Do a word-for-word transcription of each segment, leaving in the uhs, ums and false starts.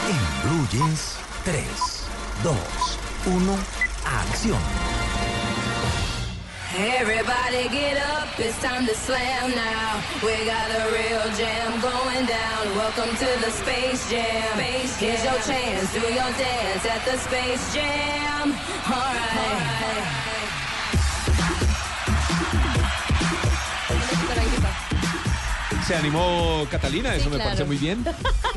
En Blue Jeans, tres, dos, uno, acción. Everybody get up, it's time to slam now. We got a real jam going down. Welcome to the Space Jam. Here's your chance, do your dance at the Space Jam. All right. Se animó Catalina, eso Sí, me claro. parece muy bien.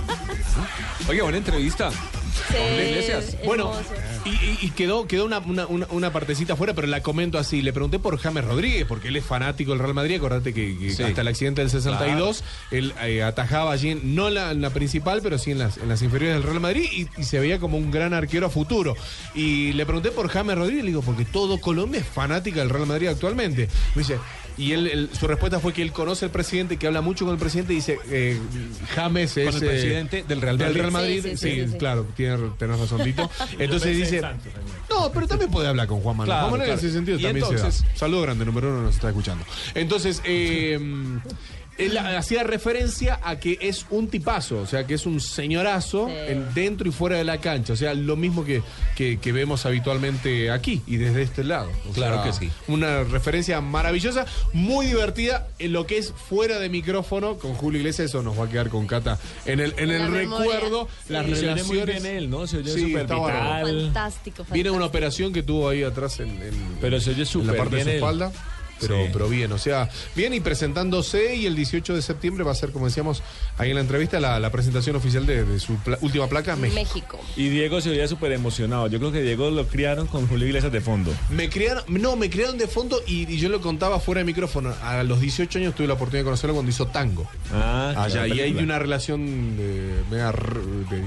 Oye, buena entrevista. Sí, Pablo Iglesias. Bueno, hermoso. y, y- y quedó, quedó una, una, una, una partecita afuera, pero la comento así. Le pregunté por James Rodríguez, porque él es fanático del Real Madrid. Acordate que, que Sí. hasta el accidente del sesenta y dos, él eh, atajaba allí, en- no la, en la principal, pero sí en las, en las inferiores del Real Madrid, y, y se veía como un gran arquero a futuro. Y le pregunté por James Rodríguez, le digo, porque todo Colombia es fanática del Real Madrid actualmente. Me dice, y él, él- su respuesta fue que él conoce al presidente, que habla mucho con el presidente, y dice, eh, James es... Con el eh, presidente del Real del Madrid. Real Madrid, Sí, sí, sí, sí, sí, sí. claro, tiene, tenés razón, Tito. Entonces dice, no, pero también puede hablar con Juan Manuel. Claro, Juan Manuel claro. en ese sentido Y también entonces- se da. Saludo grande, número uno nos está escuchando. Entonces, eh, él hacía referencia a que es un tipazo, o sea, que es un señorazo Sí. en- dentro y fuera de la cancha. O sea, lo mismo que, que, que vemos habitualmente aquí y desde este lado. O Claro sea, que sí. Una referencia maravillosa, muy divertida en lo que es fuera de micrófono. Con Julio Iglesias, eso nos va a quedar con Cata en el, en En el la memoria. recuerdo. Sí. Las Y se oye relaciones. muy bien él, ¿no? Se oye Sí, súper está vital. bárbaro. Fantástico, fantástico. Viene una operación que tuvo ahí atrás en, en- Pero se oye en súper la parte de bien su él. espalda. Pero, Sí. pero bien, o sea, bien y presentándose, y el dieciocho de septiembre va a ser, como decíamos ahí en la entrevista, la, la presentación oficial de, de su pla- última placa, México. México. Y Diego se oía súper emocionado. Yo creo que Diego lo criaron con Julio Iglesias de fondo. Me criaron, no, me criaron de fondo, y, y yo lo contaba fuera de micrófono. A los dieciocho años tuve la oportunidad de conocerlo cuando hizo tango. Ah, Allá, claro, y hay película. una relación de, media r- de-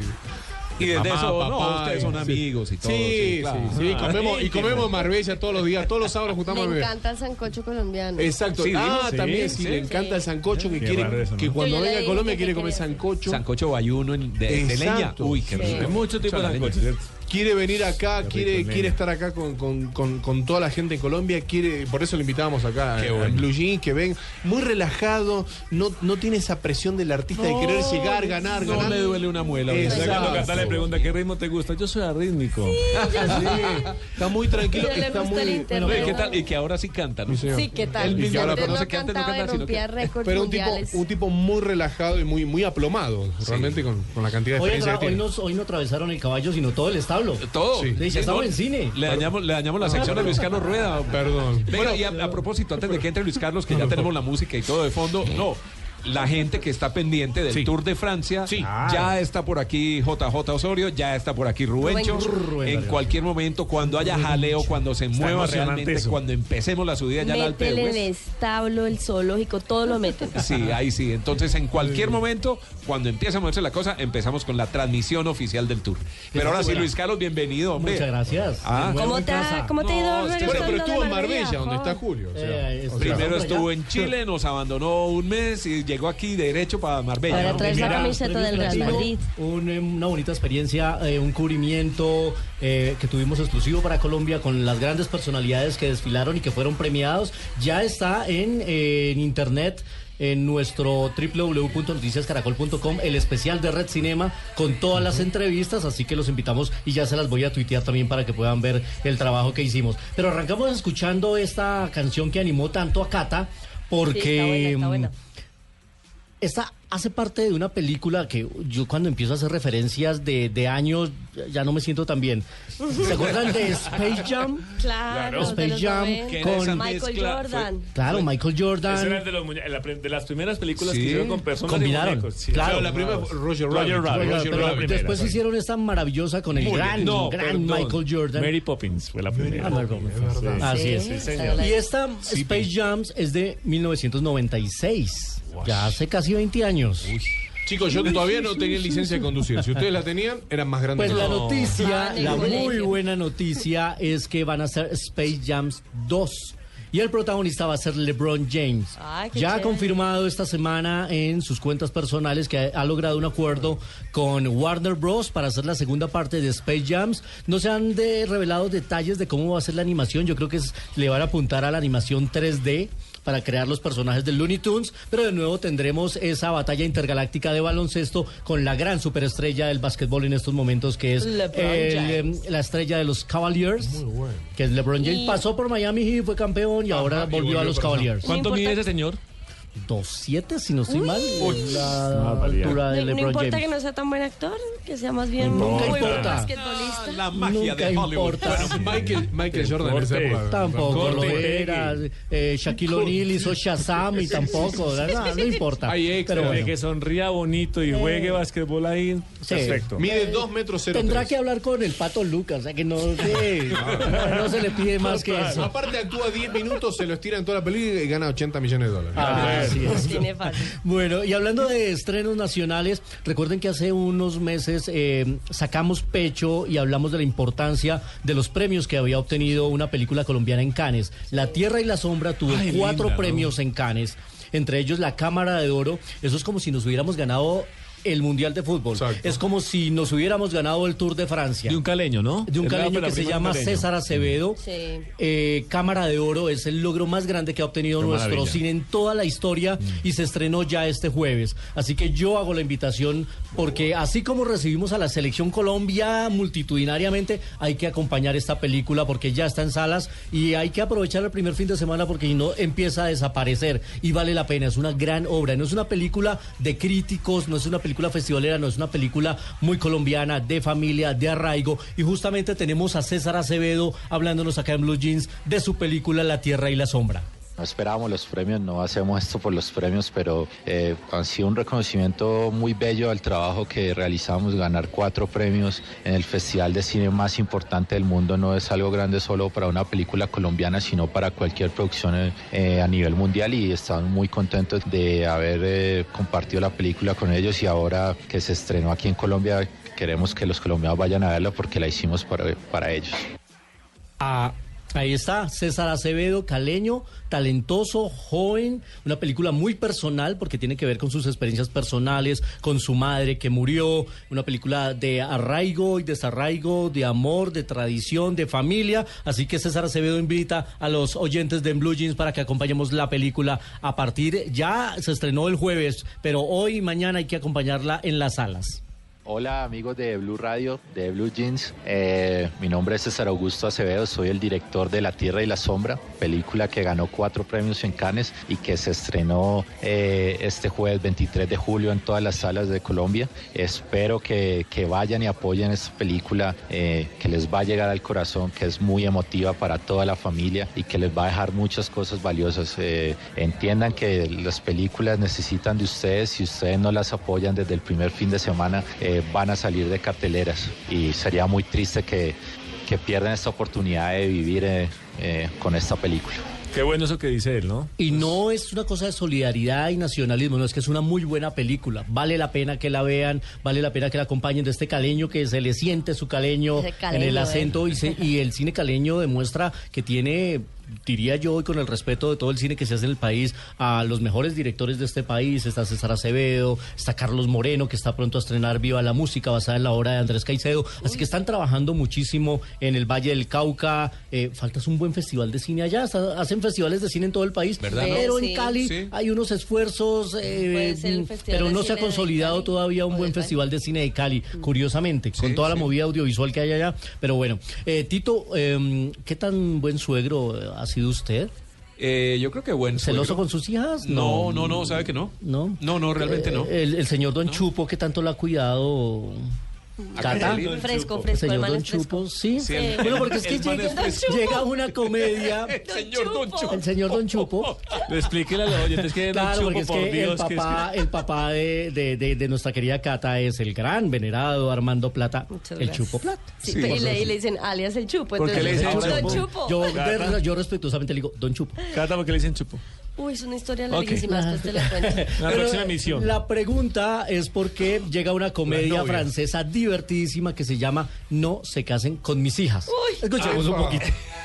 Y desde mamá, eso, no, papá, ustedes son y- amigos y todo. Sí, sí, claro. sí, comemos, y íntimo. comemos en Marbella todos los días, todos los sábados juntamos. Me a- encanta el sancocho colombiano. Exacto. Sí, ah, sí, también sí, sí. le encanta el sancocho, que Qué quiere raro eso, ¿no? que cuando Yo ya venga le a dije Colombia que quiere comer quería hacer. sancocho. Sancocho bayuno en- de, de leña. Exacto. Uy, qué Sí. rico. Hay muchos tipos de La leña. sancocho, ¿cierto? Quiere venir acá, Qué quiere, rico, quiere nene. estar acá con, con, con, con toda la gente en Colombia, quiere, por eso lo invitábamos acá Qué a- bueno. en Blue Jeans, que ven, muy relajado, no, no tiene esa presión del artista de querer llegar, ganar, No ganar. le duele una muela. Exacto. O sea, cuando Exacto. Cata le pregunta qué ritmo te gusta, yo soy arrítmico. Está muy tranquilo, Pero le está gusta muy... el internet. Oye, ¿qué tal? Y que ahora sí canta, ¿no? Sí, señor. Sí, ¿qué tal? Él mismo Y ahora antes conoce no que antes no cantaba y canta, sino que- rompía récords Pero un tipo, mundiales. un tipo muy relajado y muy, muy aplomado, realmente con, con la cantidad de Hoy, experiencia atra- que hoy, tiene. nos, hoy no atravesaron el caballo, sino todo el establo. Todo. Sí. Sí, ya estamos en cine. Le dañamos, le dañamos la sección a Luis Carlos Rueda. Perdón. Venga, y a, a propósito, antes de que entre Luis Carlos, que ya tenemos la música y todo de fondo, no. La gente que está pendiente del Sí. Tour de Francia, Sí. ya está por aquí J J Osorio, ya está por aquí Rubencho. Rubencho. En cualquier momento, cuando haya jaleo, cuando se mueva emocionante realmente, eso. cuando empecemos la subida ya al Alpe Métele el d'Huez. establo, el zoológico, todo lo meten. Sí, ahí sí. Entonces, en cualquier momento, cuando empiece a moverse la cosa, empezamos con la transmisión oficial del Tour. Pero ahora sí, buena. Luis Carlos, bienvenido, hombre. Muchas gracias. Ah. De nuevo ¿Cómo en te, ha, casa. ¿Cómo te ha ido No, regresando este- Bueno, pero de estuvo en Marbella, Marbella, donde jo? está Julio. o sea, Eh, o sea, Primero ¿Estamos estuvo allá? en Chile, nos abandonó un mes y llegó aquí derecho para Marbella. Ahora ¿no? traes la Mira, camiseta premios del Real Platino, Madrid. un, eh, una bonita experiencia, eh, un cubrimiento eh, que tuvimos exclusivo para Colombia con las grandes personalidades que desfilaron y que fueron premiados. Ya está en, eh, en internet. En nuestro doble u doble u doble u punto noticias caracol punto com, el especial de Red Cinema con todas las entrevistas, así que los invitamos y ya se las voy a tuitear también para que puedan ver el trabajo que hicimos. Pero arrancamos escuchando esta canción que animó tanto a Cata, porque Sí, está buena, está buena. mm, esta hace parte de una película que yo cuando empiezo a hacer referencias de, de años ya no me siento tan bien. ¿Se acuerdan de Space Jam? Claro, Space de los Jam noventa. Que con esa Michael mezcla Jordan. Claro, Michael Ese era Jordan. de, los muñe- la pre- de las primeras películas Sí. que hicieron con personas Combinaron. y muñecos. Sí. Claro. Claro, la primera fue Roger Roger Rabbit. Rabbit. Pero Roger Rabbit. después primera, hicieron esta maravillosa con el Muy gran, bien. No, gran perdón. Michael Jordan. Mary Poppins fue la primera. Ah, Mary Poppins, es verdad. Así Sí, es. sí, señor. señor. Y esta Space Jams es de mil novecientos noventa y seis. Ya hace casi veinte años. Chicos, yo todavía no tenía licencia de conducir. Si ustedes la tenían, eran más grandes Pues que la yo. noticia, Ah, en el la muy colegio. buena noticia es que van a hacer Space Jams dos. Y el protagonista va a ser LeBron James. Ay, qué ya ha chévere. confirmado esta semana en sus cuentas personales que ha, ha logrado un acuerdo con Warner Bros. Para hacer la segunda parte de Space Jams. No se han de revelado detalles de cómo va a ser la animación. Yo creo que es- le van a apuntar a la animación tres D. para crear los personajes de Looney Tunes, pero de nuevo tendremos esa batalla intergaláctica de baloncesto con la gran superestrella del básquetbol en estos momentos, que es LeBron el, James. eh, la estrella de los Cavaliers, que es LeBron James. Y- Pasó por Miami Heat, fue campeón y ahora Ajá, y volvió volvió a los para acá. Cavaliers. ¿Cuánto No mide importa- ese señor? dos siete, si no estoy mal, la barbaridad. altura de No, no LeBron importa James. que no sea tan buen actor, que sea más bien Nunca muy buen importa. basquetbolista. La magia Nunca de Hollywood. importa. Bueno, Michael, Michael Jordan en esa Corte. época. Tampoco Corte. lo era. Eh, Shaquille O'Neal hizo Shazam y tampoco. No, no importa. Hay extra. Pero De bueno, que sonría bonito y juegue basquetbol ahí, Sí. perfecto. Mide dos metros cero tendrá tres. que hablar con el Pato Lucas, o sea que no, sí, no, no se le pide más que eso. Aparte actúa diez minutos, se lo estira en toda la película y gana ochenta millones de dólares. Ah, así es. Tiene fácil. Bueno, y hablando de estrenos nacionales, recuerden que hace unos meses eh, sacamos pecho y hablamos de la importancia de los premios que había obtenido una película colombiana en Cannes. La Tierra y la Sombra tuvo Ay, cuatro linda, ¿no? premios en Cannes, entre ellos la Cámara de Oro. Eso es como si nos hubiéramos ganado el Mundial de Fútbol. Exacto. Es como si nos hubiéramos ganado el Tour de Francia. De un caleño, ¿no? De un Es la caleño ópera que se prima de un llama caleño. César Acevedo. Sí. Eh, Cámara de Oro es el logro más grande que ha obtenido Qué nuestro maravilla. cine en toda la historia y se estrenó ya este jueves. Así que yo hago la invitación porque así como recibimos a la Selección Colombia multitudinariamente, hay que acompañar esta película porque ya está en salas y hay que aprovechar el primer fin de semana porque si no empieza a desaparecer y vale la pena. Es una gran obra. No es una película de críticos, no es una película festivalera, no es una película muy colombiana, de familia, de arraigo. Y justamente tenemos a César Acevedo hablándonos acá en Blue Jeans de su película La Tierra y la Sombra. No esperábamos los premios, no hacemos esto por los premios, pero eh, ha sido un reconocimiento muy bello al trabajo que realizamos. Ganar cuatro premios en el festival de cine más importante del mundo no es algo grande solo para una película colombiana, sino para cualquier producción eh, a nivel mundial, y estamos muy contentos de haber eh, compartido la película con ellos, y ahora que se estrenó aquí en Colombia queremos que los colombianos vayan a verla porque la hicimos para, para ellos. Ah, ahí está, César Acevedo, caleño, talentoso, joven, una película muy personal porque tiene que ver con sus experiencias personales, con su madre que murió, una película de arraigo y desarraigo, de amor, de tradición, de familia. Así que César Acevedo invita a los oyentes de En Blue Jeans para que acompañemos la película a partir, ya se estrenó el jueves, pero hoy y mañana hay que acompañarla en las salas. Hola amigos de Blue Radio, de Blue Jeans, eh, mi nombre es César Augusto Acevedo, soy el director de La Tierra y la Sombra, película que ganó cuatro premios en Cannes y que se estrenó eh, este jueves veintitrés de julio en todas las salas de Colombia. Espero que, que vayan y apoyen esta película, eh, que les va a llegar al corazón, que es muy emotiva para toda la familia y que les va a dejar muchas cosas valiosas. Eh, entiendan que las películas necesitan de ustedes, si ustedes no las apoyan desde el primer fin de semana, eh, van a salir de carteleras y sería muy triste que, que pierdan esta oportunidad de vivir eh, eh, con esta película. Qué bueno eso que dice él, ¿no? Y no es una cosa de solidaridad y nacionalismo, no, es que es una muy buena película. Vale la pena que la vean, vale la pena que la acompañen de este caleño, que se le siente su caleño, Ese caleño, en el eh. acento. Y, se- y el cine caleño demuestra que tiene, diría yo, y con el respeto de todo el cine que se hace en el país, a los mejores directores de este país. Está César Acevedo, está Carlos Moreno, que está pronto a estrenar Viva la Música, basada en la obra de Andrés Caicedo. Así que están trabajando muchísimo en el Valle del Cauca. Eh, falta es un buen festival de cine allá. Está- hacen festivales de cine en todo el país, ¿Verdad, no? pero Sí. en Cali Sí. hay unos esfuerzos, eh, Puede ser el mm, Festival pero de no se ha Cine de consolidado Cali todavía un o buen del Valle. festival de cine de Cali, curiosamente, con Sí, toda la sí. movida audiovisual que hay allá. Pero bueno, eh, Tito, eh, ¿qué tan buen suegro ha sido usted? Eh, yo creo que buen ¿Celoso suegro. con sus hijas? No, no, no, ¿sabe que no? ¿No? No, no, realmente no. Eh, El, el señor Don Chupo, ¿qué tanto lo ha cuidado? Cata. Catalina. Fresco, El fresco, el señor man Don es fresco. Chupo, sí. Sí, el- Bueno, porque es que el man llega, es fresco. llega una comedia. El señor Don Chupo. El señor Don Chupo. Explíquele a los oyentes que Claro, no porque chupo, es por que Dios. el que es papá, el papá de, de, de, de nuestra querida Cata es el gran venerado Armando Plata, Muchas el gracias. Chupo Plata. Sí, Sí, y, por le, eso. y le dicen alias el Chupo. ¿Por qué entonces, le dicen Don Chupo? Chupo. Yo, Cata. de- yo respetuosamente le digo Don Chupo. que- Cata, ¿por qué le dicen chupo? Uy, es una historia Ok. larguísima, después te la cuento. En la Pero próxima emisión. La pregunta es porque llega una comedia Las novias. francesa divertidísima que se llama No se casen con mis hijas. Uy. Escuchemos un Ah, poquito.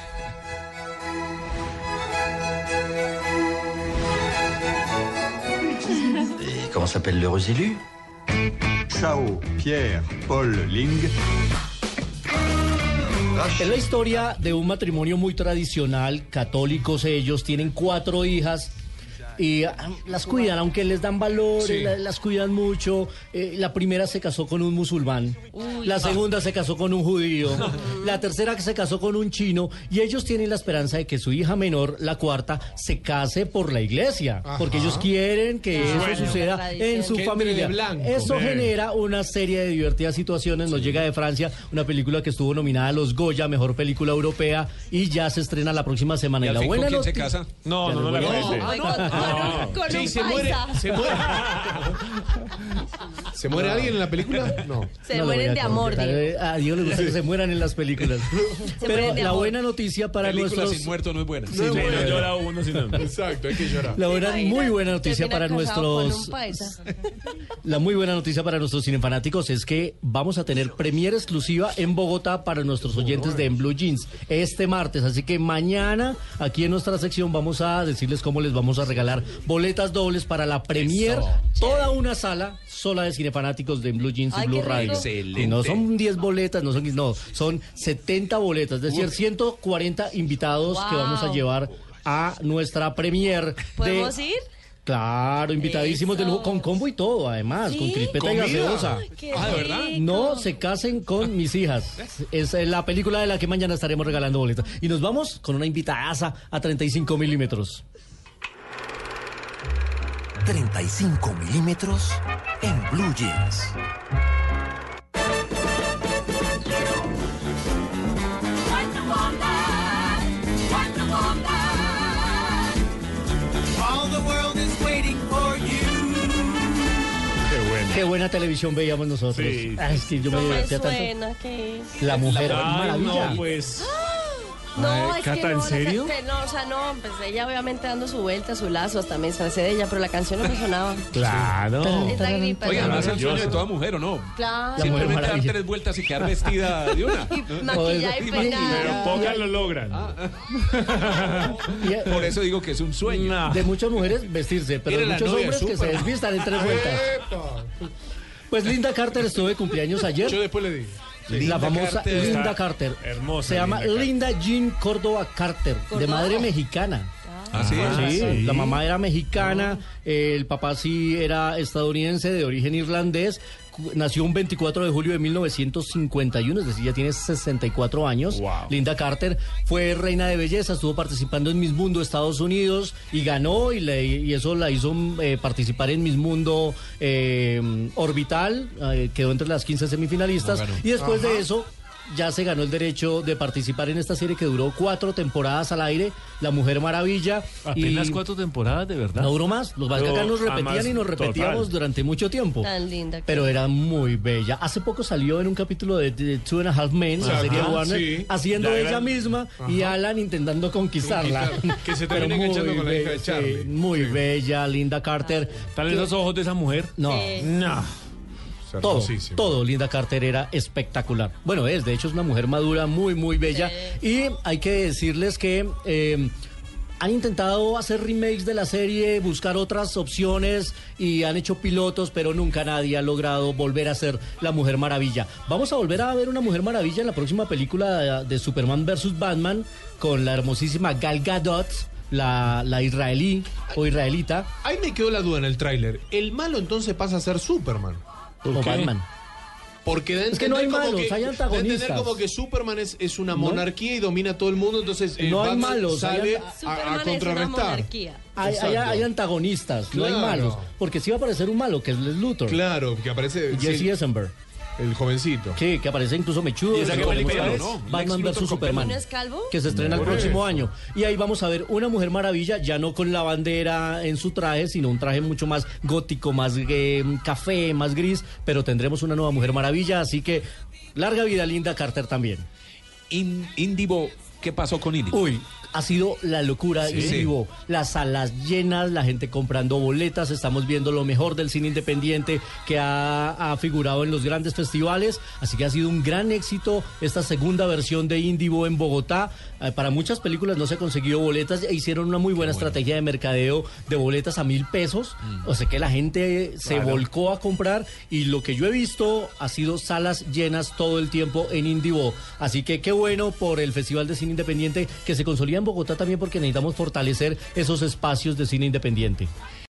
Et comment s'appelle l'heureux élu? Chao, Pierre, Paul, Ling. Es la historia de un matrimonio muy tradicional, católicos ellos, tienen cuatro hijas. Y ah, las cuidan, aunque les dan valores, Sí. la- las cuidan mucho. Eh, la primera se casó con un musulmán, Uy. la segunda se casó con un judío, la tercera que se casó con un chino, y ellos tienen la esperanza de que su hija menor, la cuarta, se case por la iglesia, Ajá. porque ellos quieren que Claro. eso suceda Tradición. en su Que entre familia. de blanco. Eso Hombre. genera una serie de divertidas situaciones. Nos llega de Francia una película que estuvo nominada a los Goya, mejor película europea, y ya se estrena la próxima semana. ¿Y Y al la fin con buena quién se noti- casa? No, Ya no, no les la voy a cuente. Ay, con, con un, con Sí, un se muere, paisa. se muere. ¿Se muere alguien en la película? No. Se No lo voy mueren a de amor, contar. Diego. Eh, A Diego le gusta que se mueran en las películas. Pero mueren de la amor. buena noticia para Película nuestros... sin muerto no es buena. Sí, no, no llora uno sin hambre. Exacto, hay que llorar. La buena, ¿Te imaginas? muy buena noticia Termina para casado con nuestros... un paisa. La muy buena noticia para nuestros cinefanáticos es que vamos a tener premiere exclusiva en Bogotá para nuestros oyentes de En Blue Jeans este martes. Así que mañana aquí en nuestra sección vamos a decirles cómo les vamos a regalar boletas dobles para la premier. Toda una sala sola de cinefanáticos de En Blue Jeans y Ay, Blue qué Radio. rico. Excelente. Y no son diez boletas, no son, no, son setenta boletas, es decir, ciento cuarenta invitados que Wow. vamos a llevar a nuestra premier. ¿Podemos de... ir? Claro, invitadísimos de Eso. lujo, con combo y todo, además, ¿Sí? con crispeta y ¿Comida? gaseosa. Ay, qué Ah, ¿de verdad? rico. No se casen con mis hijas. Es eh, la película de la que mañana estaremos regalando boletas. Y nos vamos con una invitadaza a treinta y cinco milímetros. treinta y cinco milímetros en Blue Jeans. Qué bueno. Qué buena televisión veíamos nosotros. Sí. Ay, es que yo me No me divertía tanto. suena que... La mujer Ay, maravilla. no, pues. No, Ay, es Cata, que no, ¿en la serio? can- no, o sea, no, pues ella obviamente dando su vuelta, su lazo, hasta me disfracé de ella, pero la canción no me sonaba. Claro. Es la gripa. Oiga, es la además el gripa. sueño de toda mujer, ¿o no? Claro. La Mujer Simplemente dar Maravilla. tres vueltas y quedar vestida de una. Y maquillada y Y peinada. Pero pocas lo logran. Y, eh, Por eso digo que es un sueño. Nah. de muchas mujeres vestirse, pero Mire de la muchos novia hombres que se Superman. desvistan en tres vueltas. ¡Epa! Pues Linda Carter estuvo de cumpleaños ayer. Yo después le digo. la Linda famosa Carter. Linda Está Carter. hermosa Se llama Linda Carter. Linda Jean Córdoba Carter, de ¿Córdoba? madre mexicana. ¿Ah, sí? Sí, sí. la mamá era mexicana, eh, el papá sí era estadounidense de origen irlandés. Cu- Nació un veinticuatro de julio de mil novecientos cincuenta y uno, es decir, ya tiene sesenta y cuatro años. Wow. Linda Carter fue reina de belleza, estuvo participando en Miss Mundo Estados Unidos y ganó, y, le- y eso la hizo eh, participar en Miss Mundo eh, Orbital, eh, quedó entre las quince semifinalistas, No ganó. y después de eso ya se ganó el derecho de participar en esta serie que duró cuatro temporadas al aire, La Mujer Maravilla. Apenas y cuatro temporadas, de verdad. no duró más, los más que acá No, nos repetían además, y nos repetíamos total. durante mucho tiempo. Tan linda. que- Pero era muy bella. Hace poco salió en un capítulo de, de Two and a Half Men, la Ajá, serie de Warner, sí. haciendo La ella gran- misma y Alan intentando conquistarla. Conquistar. Que se Pero termina enganchando muy con la hija de be- Charlie. sí, muy bella, Linda Carter. ¿Están esos ojos de esa mujer? No, Sí. No. Es todo, hermosísimo. todo Linda Carter era espectacular. Bueno, es, de hecho es una mujer madura, muy, muy bella. Y hay que decirles que eh, han intentado hacer remakes de la serie, buscar otras opciones y han hecho pilotos, pero nunca nadie ha logrado volver a ser la Mujer Maravilla. Vamos a volver a ver una Mujer Maravilla en la próxima película de, de Superman versus Batman con la hermosísima Gal Gadot, la, la israelí o israelita, Ahí me quedó la duda en el tráiler. El malo entonces pasa a ser Superman. o qué? Batman. Porque da a Es que no entender hay como malos, que- hay da a antagonistas. entender como que Superman es, es una No. monarquía y domina todo el mundo, entonces eh, No hay Batman malos, hay sale anta- a, a Superman es una contrarrestar. monarquía. Hay, hay, Exacto. hay antagonistas, no hay Claro. malos. Porque sí va a aparecer un malo, que es Les Luthor. Claro, que aparece Y Jesse sí, Eisenberg. el jovencito. Sí, que aparece incluso mechudo. ¿Y esa que qué veremos película a ver. es? ¿no? Lex Batman Luthor versus con Superman. ¿No es calvo? Que se estrena el Por próximo eso. año. Y ahí vamos a ver una Mujer Maravilla, ya no con la bandera en su traje, sino un traje mucho más gótico, más eh, café, más gris. Pero tendremos una nueva Mujer Maravilla, así que larga vida Linda Carter también. In- Indivo, ¿qué pasó con Indivo? Uy, ha sido la locura. Sí. Indivo, las salas llenas, la gente comprando boletas, estamos viendo lo mejor del cine independiente que ha, ha figurado en los grandes festivales, así que ha sido un gran éxito esta segunda versión de Indivo en Bogotá. Eh, para muchas películas no se ha conseguido boletas, e hicieron una muy buena bueno. estrategia de mercadeo de boletas a mil pesos, mm. o sea que la gente se claro. volcó a comprar, y lo que yo he visto ha sido salas llenas todo el tiempo en Indivo, así que qué bueno por el Festival de Cine Independiente que se consolida en Bogotá también, porque necesitamos fortalecer esos espacios de cine independiente.